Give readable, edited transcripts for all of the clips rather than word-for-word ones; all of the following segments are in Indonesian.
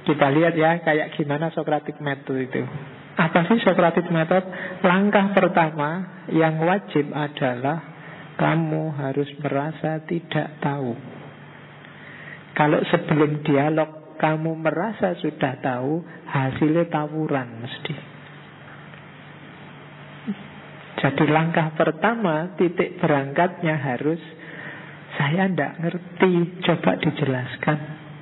Kita lihat ya kayak gimana Socratic Method itu. Apa sih Socratic Method? Langkah pertama yang wajib adalah kamu harus merasa tidak tahu. Kalau sebelum dialog kamu merasa sudah tahu, hasilnya tawuran mesti. Jadi langkah pertama, titik berangkatnya harus saya tidak ngerti, coba dijelaskan.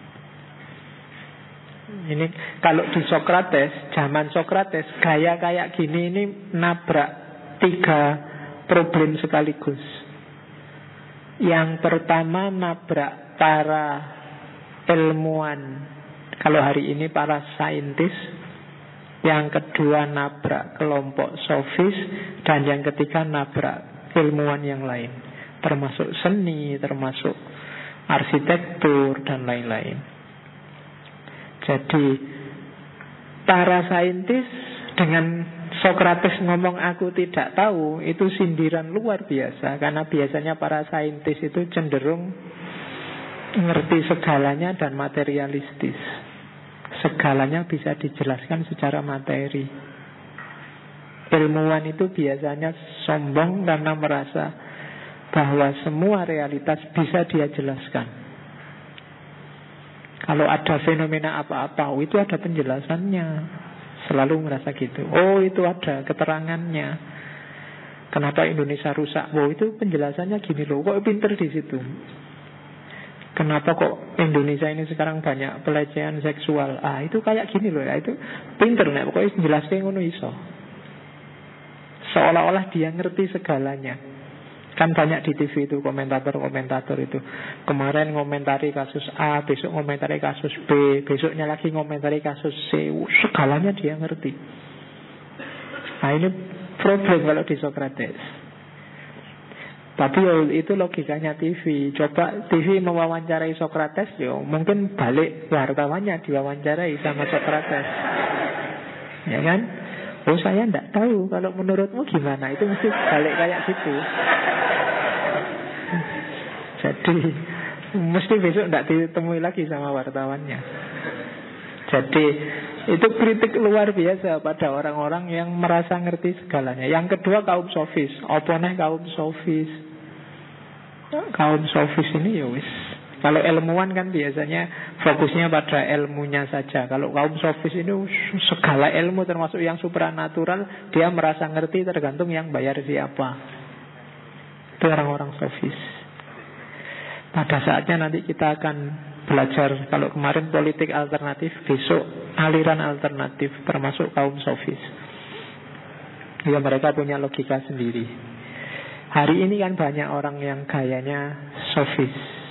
Ini kalau di Socrates, zaman Socrates, gaya kayak gini ini nabrak 3 problem sekaligus. Yang pertama nabrak para ilmuwan, kalau hari ini para saintis. Yang kedua nabrak kelompok sofis. Dan yang ketiga nabrak ilmuwan yang lain, termasuk seni, termasuk arsitektur dan lain-lain. Jadi para saintis dengan Socrates ngomong aku tidak tahu, itu sindiran luar biasa. Karena biasanya para saintis itu cenderung ngerti segalanya dan materialistis. Segalanya bisa dijelaskan secara materi. Ilmuwan itu biasanya sombong karena merasa bahwa semua realitas bisa dia jelaskan. Kalau ada fenomena apa-apa, oh itu ada penjelasannya. Selalu merasa gitu. Oh itu ada keterangannya. Kenapa Indonesia rusak? Oh itu penjelasannya gini loh. Kok pinter di situ? Kenapa kok Indonesia ini sekarang banyak pelecehan seksual? Ah itu kayak gini loh ya. Itu pinter nih. Pokoknya jelasnya ngono iso. Seolah-olah dia ngerti segalanya. Kan banyak di TV itu komentator-komentator itu. Kemarin ngomentari kasus A, besok ngomentari kasus B, besoknya lagi ngomentari kasus C. Segalanya dia ngerti. Nah ini problem kalau di Socrates. Tapi itu logikanya TV. Coba TV mewawancarai Socrates, mungkin balik wartawannya diwawancarai sama Socrates. Ya kan? Oh saya tidak tahu, kalau menurutmu gimana? Itu mesti balik kayak gitu. Jadi mesti besok tidak ditemui lagi sama wartawannya. Jadi itu kritik luar biasa pada orang-orang yang merasa ngerti segalanya. Yang kedua kaum sofis. Oponnya kaum sofis. Kaum sofis ini ya wis. Kalau ilmuwan kan biasanya fokusnya pada ilmunya saja. Kalau kaum sofis ini segala ilmu termasuk yang supranatural, dia merasa ngerti tergantung yang bayar siapa. Itu orang-orang sofis. Pada saatnya nanti kita akan belajar. Kalau kemarin politik alternatif, besok aliran alternatif termasuk kaum sofis. Ya mereka punya logika sendiri. Hari ini kan banyak orang yang gayanya sofis.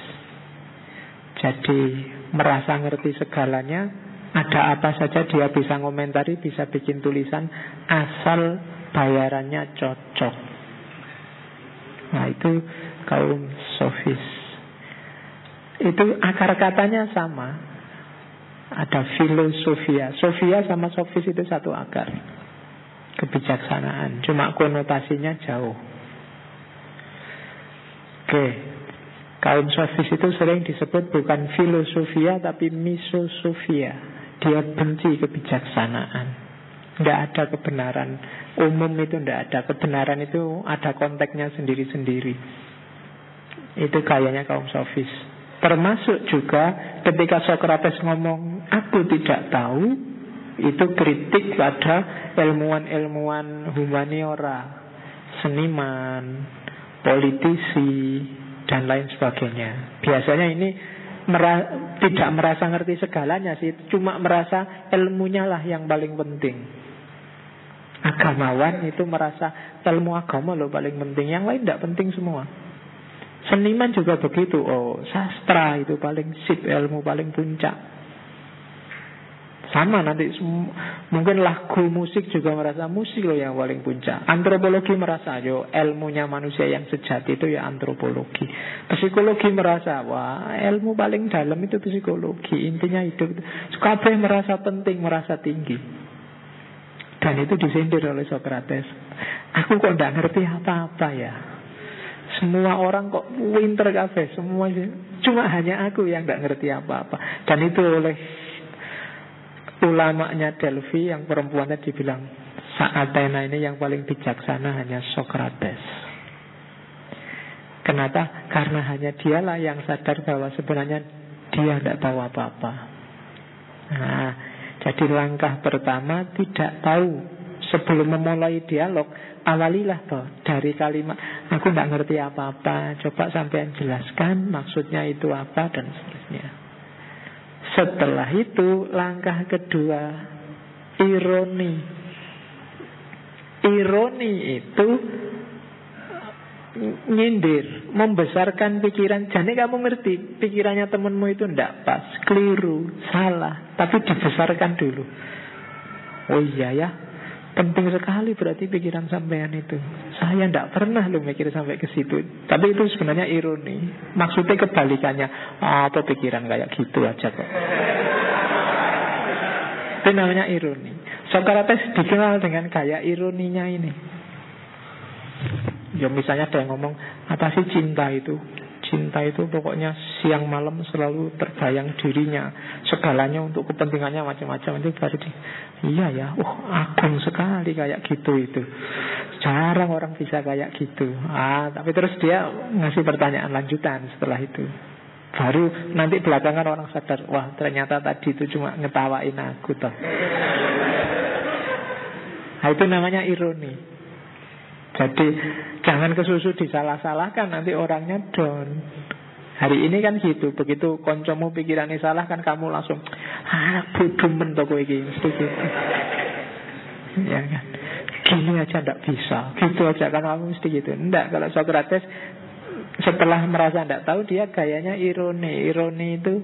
Jadi merasa ngerti segalanya. Ada apa saja dia bisa ngomentari, bisa bikin tulisan, asal bayarannya cocok. Nah itu kaum sofis. Itu akar katanya sama. Ada filosofia. Sofia sama sofis itu satu akar. Kebijaksanaan. Cuma konotasinya jauh. Oke. Kaum sofis itu sering disebut bukan filosofia tapi misosofia. Dia benci kebijaksanaan. Tidak ada kebenaran umum, itu tidak ada. Kebenaran itu ada konteksnya sendiri-sendiri. Itu gayanya kaum sofis. Termasuk juga ketika Socrates ngomong aku tidak tahu, itu kritik pada ilmuwan-ilmuwan humaniora, seniman, politisi, dan lain sebagainya. Biasanya ini tidak merasa ngerti segalanya sih, cuma merasa ilmunya lah yang paling penting. Agamawan itu merasa ilmu agama loh paling penting, yang lain tidak penting semua. Seniman juga begitu. Oh, sastra itu paling sip, ilmu paling puncak. Sama nanti mungkin lagu musik juga merasa musik loh yang paling puncak. Antropologi merasa yo ilmunya manusia yang sejati itu ya antropologi. Psikologi merasa wah ilmu paling dalam itu psikologi, intinya hidup. Kabeh merasa penting, merasa tinggi. Dan itu disindir oleh Socrates. Aku kok tidak ngerti apa-apa ya. Semua orang kok pinter kabeh, semua cuma hanya aku yang tidak ngerti apa-apa. Dan itu oleh ulamanya Delphi yang perempuannya dibilang Athena ini yang paling bijaksana hanya Socrates. Kenapa? Karena hanya dialah yang sadar bahwa sebenarnya dia tidak tahu apa-apa. Nah, jadi langkah pertama tidak tahu. Sebelum memulai dialog, awalilah toh dari kalimat aku tidak ngerti apa-apa, coba sampean jelaskan maksudnya itu apa dan seterusnya. Setelah itu langkah kedua, ironi. Ironi itu nyindir, membesarkan pikiran. Jadi kamu ngerti pikirannya temanmu itu tidak pas, keliru, salah, tapi dibesarkan dulu. Oh iya ya, penting sekali berarti pikiran sampean itu. Saya tidak pernah loh mikir sampai ke situ. Tapi itu sebenarnya ironi. Maksudnya kebalikannya. Apa pikiran kayak gitu aja kok. Itu namanya ironi. Socrates dikenal dengan gaya ironinya ini. Ya misalnya ada yang ngomong, apa sih cinta itu? Cinta itu pokoknya siang malam selalu terbayang dirinya, segalanya untuk kepentingannya macam-macam. Itu baru iya ya, agung sekali kayak gitu itu. Jarang orang bisa kayak gitu. Tapi terus dia ngasih pertanyaan lanjutan setelah itu. Baru nanti belakangan orang sadar, wah ternyata tadi itu cuma ngetawain aku toh. Nah, itu namanya ironi. Jadi jangan kesusu disalah-salahkan, nanti orangnya down. Hari ini kan gitu, begitu koncomu pikirannya salah kan kamu langsung bodoh men toko iki mesti gitu. Ya kan. Gini aja ndak bisa, gitu aja kan kamu mesti gitu. Ndak, kalau Socrates setelah merasa ndak tahu dia gayanya ironi. Ironi itu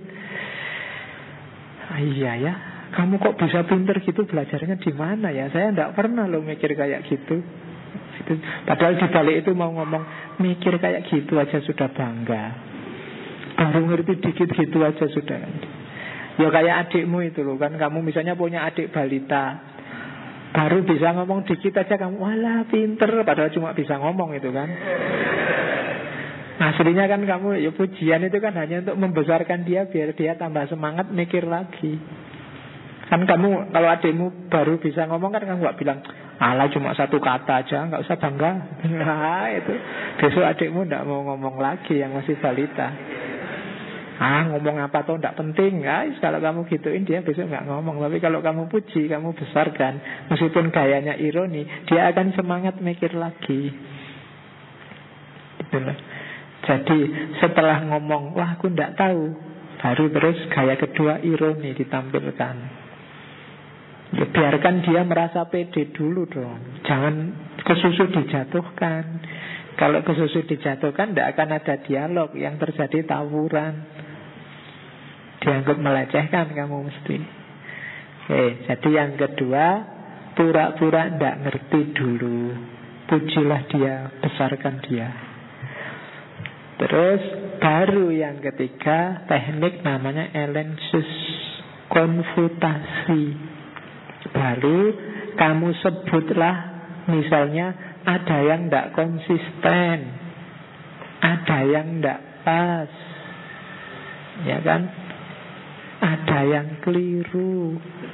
iya ya, kamu kok bisa pinter gitu, belajarnya di mana ya? Saya ndak pernah lo mikir kayak gitu. Padahal dibalik itu mau ngomong mikir kayak gitu aja sudah bangga, baru ngerti dikit gitu aja sudah. Ya kayak adikmu itu loh kan, kamu misalnya punya adik balita, baru bisa ngomong dikit aja kamu walah pinter, padahal cuma bisa ngomong itu kan. Aslinya kan kamu ya pujian itu kan hanya untuk membesarkan dia biar dia tambah semangat mikir lagi. Kan kamu kalau adikmu baru bisa ngomong kan kamu gak bilang alah cuma satu kata aja, gak usah bangga. Nah itu besok adikmu gak mau ngomong lagi yang masih balita. Ngomong apa tuh gak penting. Kalau kamu gituin dia besok gak ngomong. Tapi kalau kamu puji, kamu besarkan, meskipun gayanya ironi, dia akan semangat mikir lagi. Itulah. Jadi setelah ngomong wah aku gak tahu, baru terus gaya kedua ironi ditampilkan. Ya, biarkan dia merasa pede dulu dong. Jangan kesusu dijatuhkan. Kalau kesusu dijatuhkan tidak akan ada dialog, yang terjadi tawuran. Dianggap melecehkan kamu mesti. Jadi yang kedua, pura-pura tidak ngerti dulu. Pujilah dia, besarkan dia. Terus baru yang ketiga, teknik namanya elensus, konfutasi. Baru kamu sebutlah, misalnya ada yang tidak konsisten, ada yang tidak pas, ya kan? Ada yang keliru.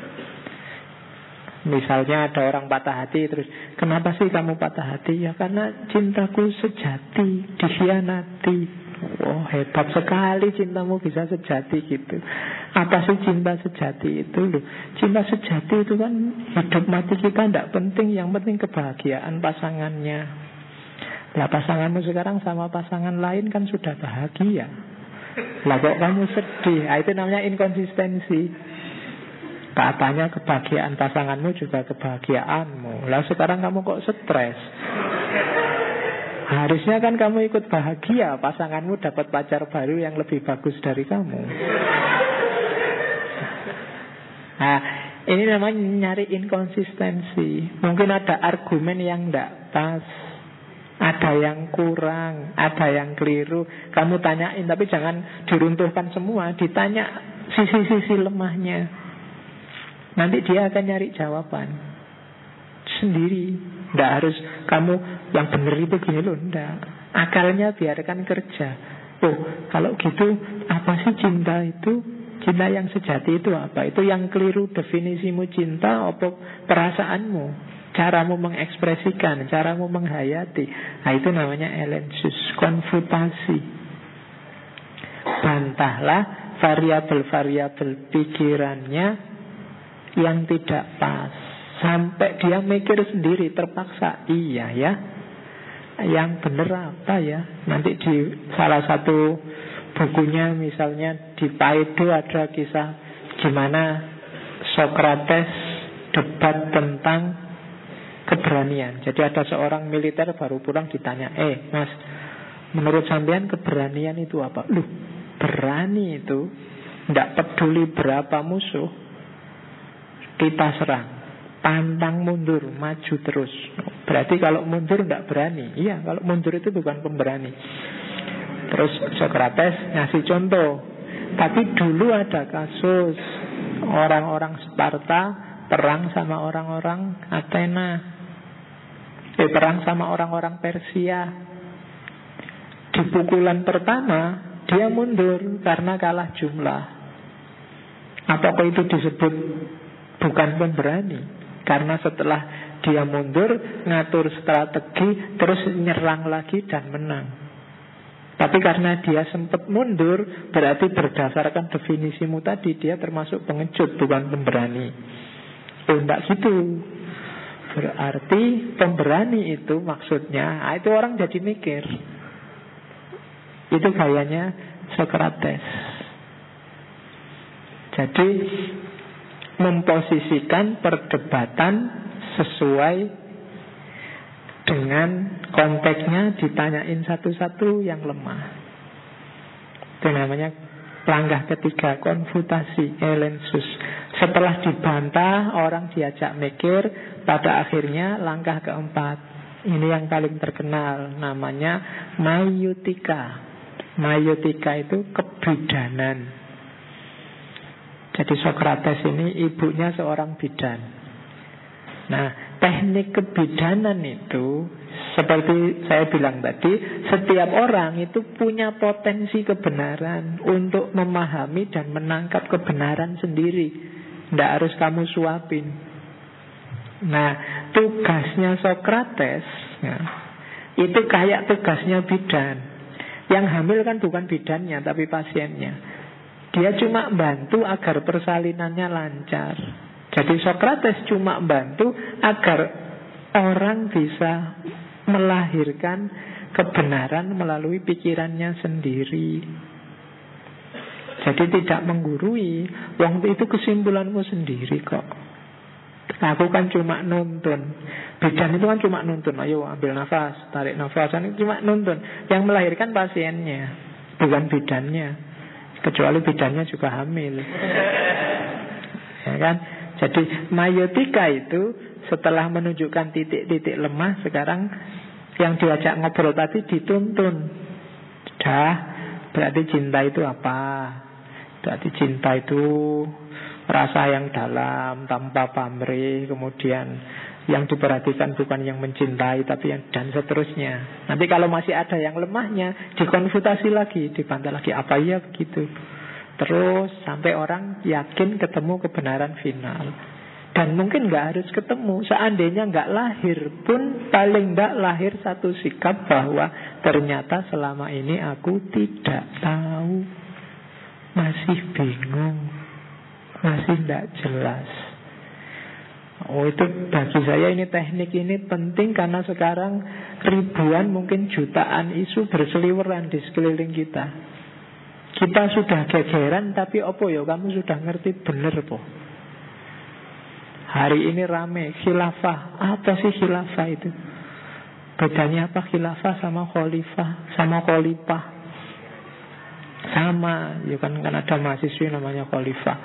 Misalnya ada orang patah hati, terus kenapa sih kamu patah hati? Ya karena cintaku sejati dikhianati. Oh hebat sekali cintamu bisa sejati gitu. Apa sih cinta sejati itu loh? Cinta sejati itu kan hidup mati kita tidak penting, yang penting kebahagiaan pasangannya. Lah pasanganmu sekarang sama pasangan lain kan sudah bahagia. Lah kok kamu sedih? Itu namanya inkonsistensi. Katanya kebahagiaan pasanganmu juga kebahagiaanmu. Lah sekarang kamu kok stres? Harusnya kan kamu ikut bahagia, pasanganmu dapat pacar baru yang lebih bagus dari kamu. Nah, ini namanya nyari inkonsistensi. Mungkin ada argumen yang tidak pas, ada yang kurang, ada yang keliru. Kamu tanyain, tapi jangan diruntuhkan semua. Ditanya sisi-sisi lemahnya. Nanti dia akan nyari jawaban sendiri. Tidak harus kamu yang benar itu gini loh, tidak. Akalnya biarkan kerja. Oh, kalau gitu apa sih cinta itu? Cinta yang sejati itu apa? Itu yang keliru definisimu cinta apa perasaanmu, caramu mengekspresikan, caramu menghayati. Nah, itu namanya elensus, konfutasi. Bantahlah variabel-variabel pikirannya yang tidak pas, sampai dia mikir sendiri, terpaksa. Iya ya, yang benar apa ya? Nanti di salah satu bukunya misalnya di Paido ada kisah gimana Socrates debat tentang keberanian. Jadi ada seorang militer baru pulang ditanya, mas, menurut sampean keberanian itu apa? Loh, berani itu tidak peduli berapa musuh, kita serang, pantang mundur, maju terus. Berarti kalau mundur tidak berani. Iya, kalau mundur itu bukan pemberani. Terus Socrates ngasih contoh, tapi dulu ada kasus orang-orang Sparta perang sama orang-orang Athena, perang sama orang-orang Persia. Di pukulan pertama dia mundur karena kalah jumlah. Apakah itu disebut bukan pemberani? Karena setelah dia mundur, ngatur strategi, terus nyerang lagi dan menang. Tapi karena dia sempat mundur, berarti berdasarkan definisimu tadi, dia termasuk pengecut, bukan pemberani. Tidak gitu. Berarti pemberani itu maksudnya, itu orang jadi mikir. Itu gayanya Socrates. Jadi memposisikan perdebatan sesuai dengan konteksnya, ditanyain satu-satu yang lemah. Itu namanya langkah ketiga, konfutasi, elensus. Setelah dibantah, orang diajak mikir. Pada akhirnya langkah keempat, ini yang paling terkenal, namanya maiotika. Maiotika itu kebidanan. Jadi Socrates ini ibunya seorang bidan. Nah, teknik kebidanan itu seperti saya bilang tadi, setiap orang itu punya potensi kebenaran untuk memahami dan menangkap kebenaran sendiri. Tidak harus kamu suapin. Nah, tugasnya Socrates ya, itu kayak tugasnya bidan. Yang hamil kan bukan bidannya, tapi pasiennya. Dia cuma bantu agar persalinannya lancar. Jadi Socrates cuma bantu agar orang bisa melahirkan kebenaran melalui pikirannya sendiri. Jadi tidak menggurui. Wong itu kesimpulanmu sendiri kok. Aku kan cuma nuntun. Bidan itu kan cuma nuntun. Ayo ambil nafas, tarik nafas. Itu cuma nuntun. Yang melahirkan pasiennya, bukan bidannya. Kecuali bidannya juga hamil. Ya kan? Jadi maiotika itu setelah menunjukkan titik-titik lemah, sekarang yang diajak ngobrol tadi dituntun. Dah, berarti cinta itu apa? Berarti cinta itu rasa yang dalam, tanpa pamrih. Kemudian yang diperhatikan bukan yang mencintai, tapi yang dan seterusnya. Nanti kalau masih ada yang lemahnya, dikonfutasi lagi, dibantah lagi. Apa iya begitu? Terus sampai orang yakin ketemu kebenaran final. Dan mungkin gak harus ketemu. Seandainya gak lahir pun, paling gak lahir satu sikap bahwa ternyata selama ini aku tidak tahu, masih bingung, masih tidak jelas. Oh, itu bagi saya ini teknik ini penting karena sekarang ribuan mungkin jutaan isu berseliweran di sekeliling kita. Kita sudah gegeran, tapi opo ya kamu sudah ngerti bener po. Hari ini rame khilafah. Apa sih khilafah itu? Bedanya apa khilafah sama khalifah, sama khalifah? Sama, ya kan ada mahasiswa namanya khalifah.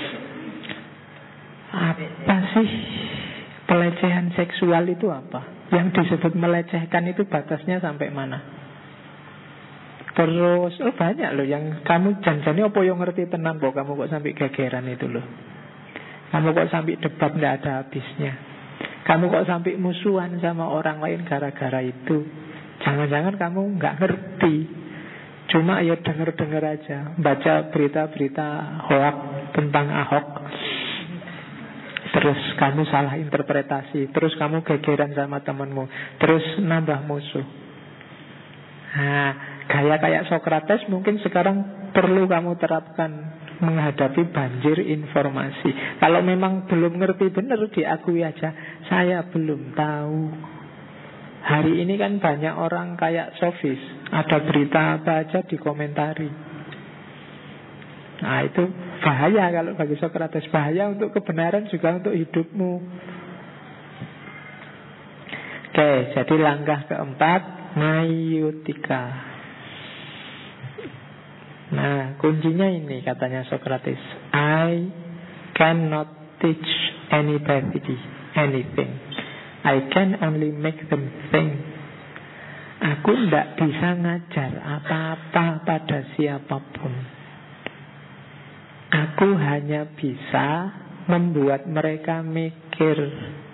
Apa sih pelecehan seksual itu apa? Yang disebut melecehkan itu batasnya sampai mana? Terus banyak loh yang kamu janjani apa yang ngerti tenan kok kamu kok sampai gegeran itu loh. Kamu kok sampai debat tidak ada habisnya. Kamu kok sampai musuhan sama orang lain gara-gara itu. Jangan-jangan kamu nggak ngerti Cuma ya denger-denger aja, baca berita-berita hoax tentang Ahok, terus kamu salah interpretasi, terus kamu gegeran sama temanmu, terus nambah musuh. Nah, gaya kayak Sokrates mungkin sekarang perlu kamu terapkan menghadapi banjir informasi. Kalau memang belum ngerti benar, diakui aja, saya belum tahu. Hari ini kan banyak orang kayak sofis, ada berita apa aja dikomentari. Nah itu bahaya kalau bagi Sokrates, bahaya untuk kebenaran juga untuk hidupmu. Oke, jadi langkah keempat, maiotika. Nah, kuncinya ini katanya Sokrates, I cannot teach anybody anything. I can only make them think. Aku tidak bisa ngajar apa-apa pada siapapun. Aku hanya bisa membuat mereka mikir.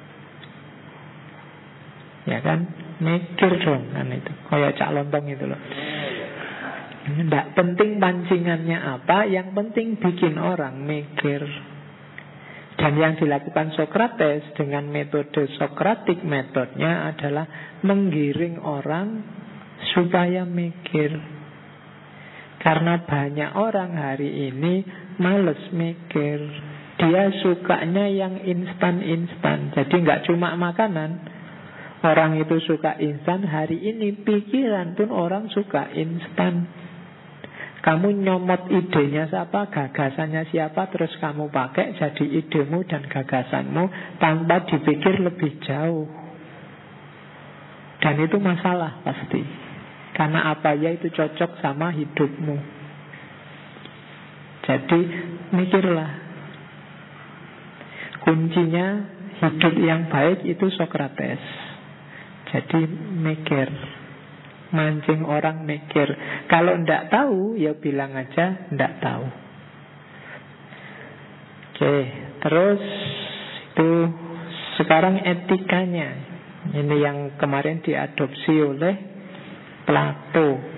Ya kan? Mikir dong kan itu. Kayak Cak Lontong itu loh. Tidak penting pancingannya apa, yang penting bikin orang mikir. Dan yang dilakukan Sokrates dengan metode Sokratik, metodenya adalah menggiring orang supaya mikir. Karena banyak orang hari ini males mikir. Dia sukanya yang instan-instan. Jadi nggak cuma makanan. Orang itu suka instan, hari ini pikiran pun orang suka instan. Kamu nyomot idenya siapa, gagasannya siapa, terus kamu pakai jadi idemu dan gagasanmu tanpa dipikir lebih jauh. Dan itu masalah pasti. Karena apa ya itu cocok sama hidupmu. Jadi mikirlah. Kuncinya hidup yang baik itu Sokrates. Jadi mikir. Mancing orang mikir. Kalau ndak tahu, ya bilang aja ndak tahu. Oke, terus itu sekarang etikanya. Ini yang kemarin diadopsi oleh Plato.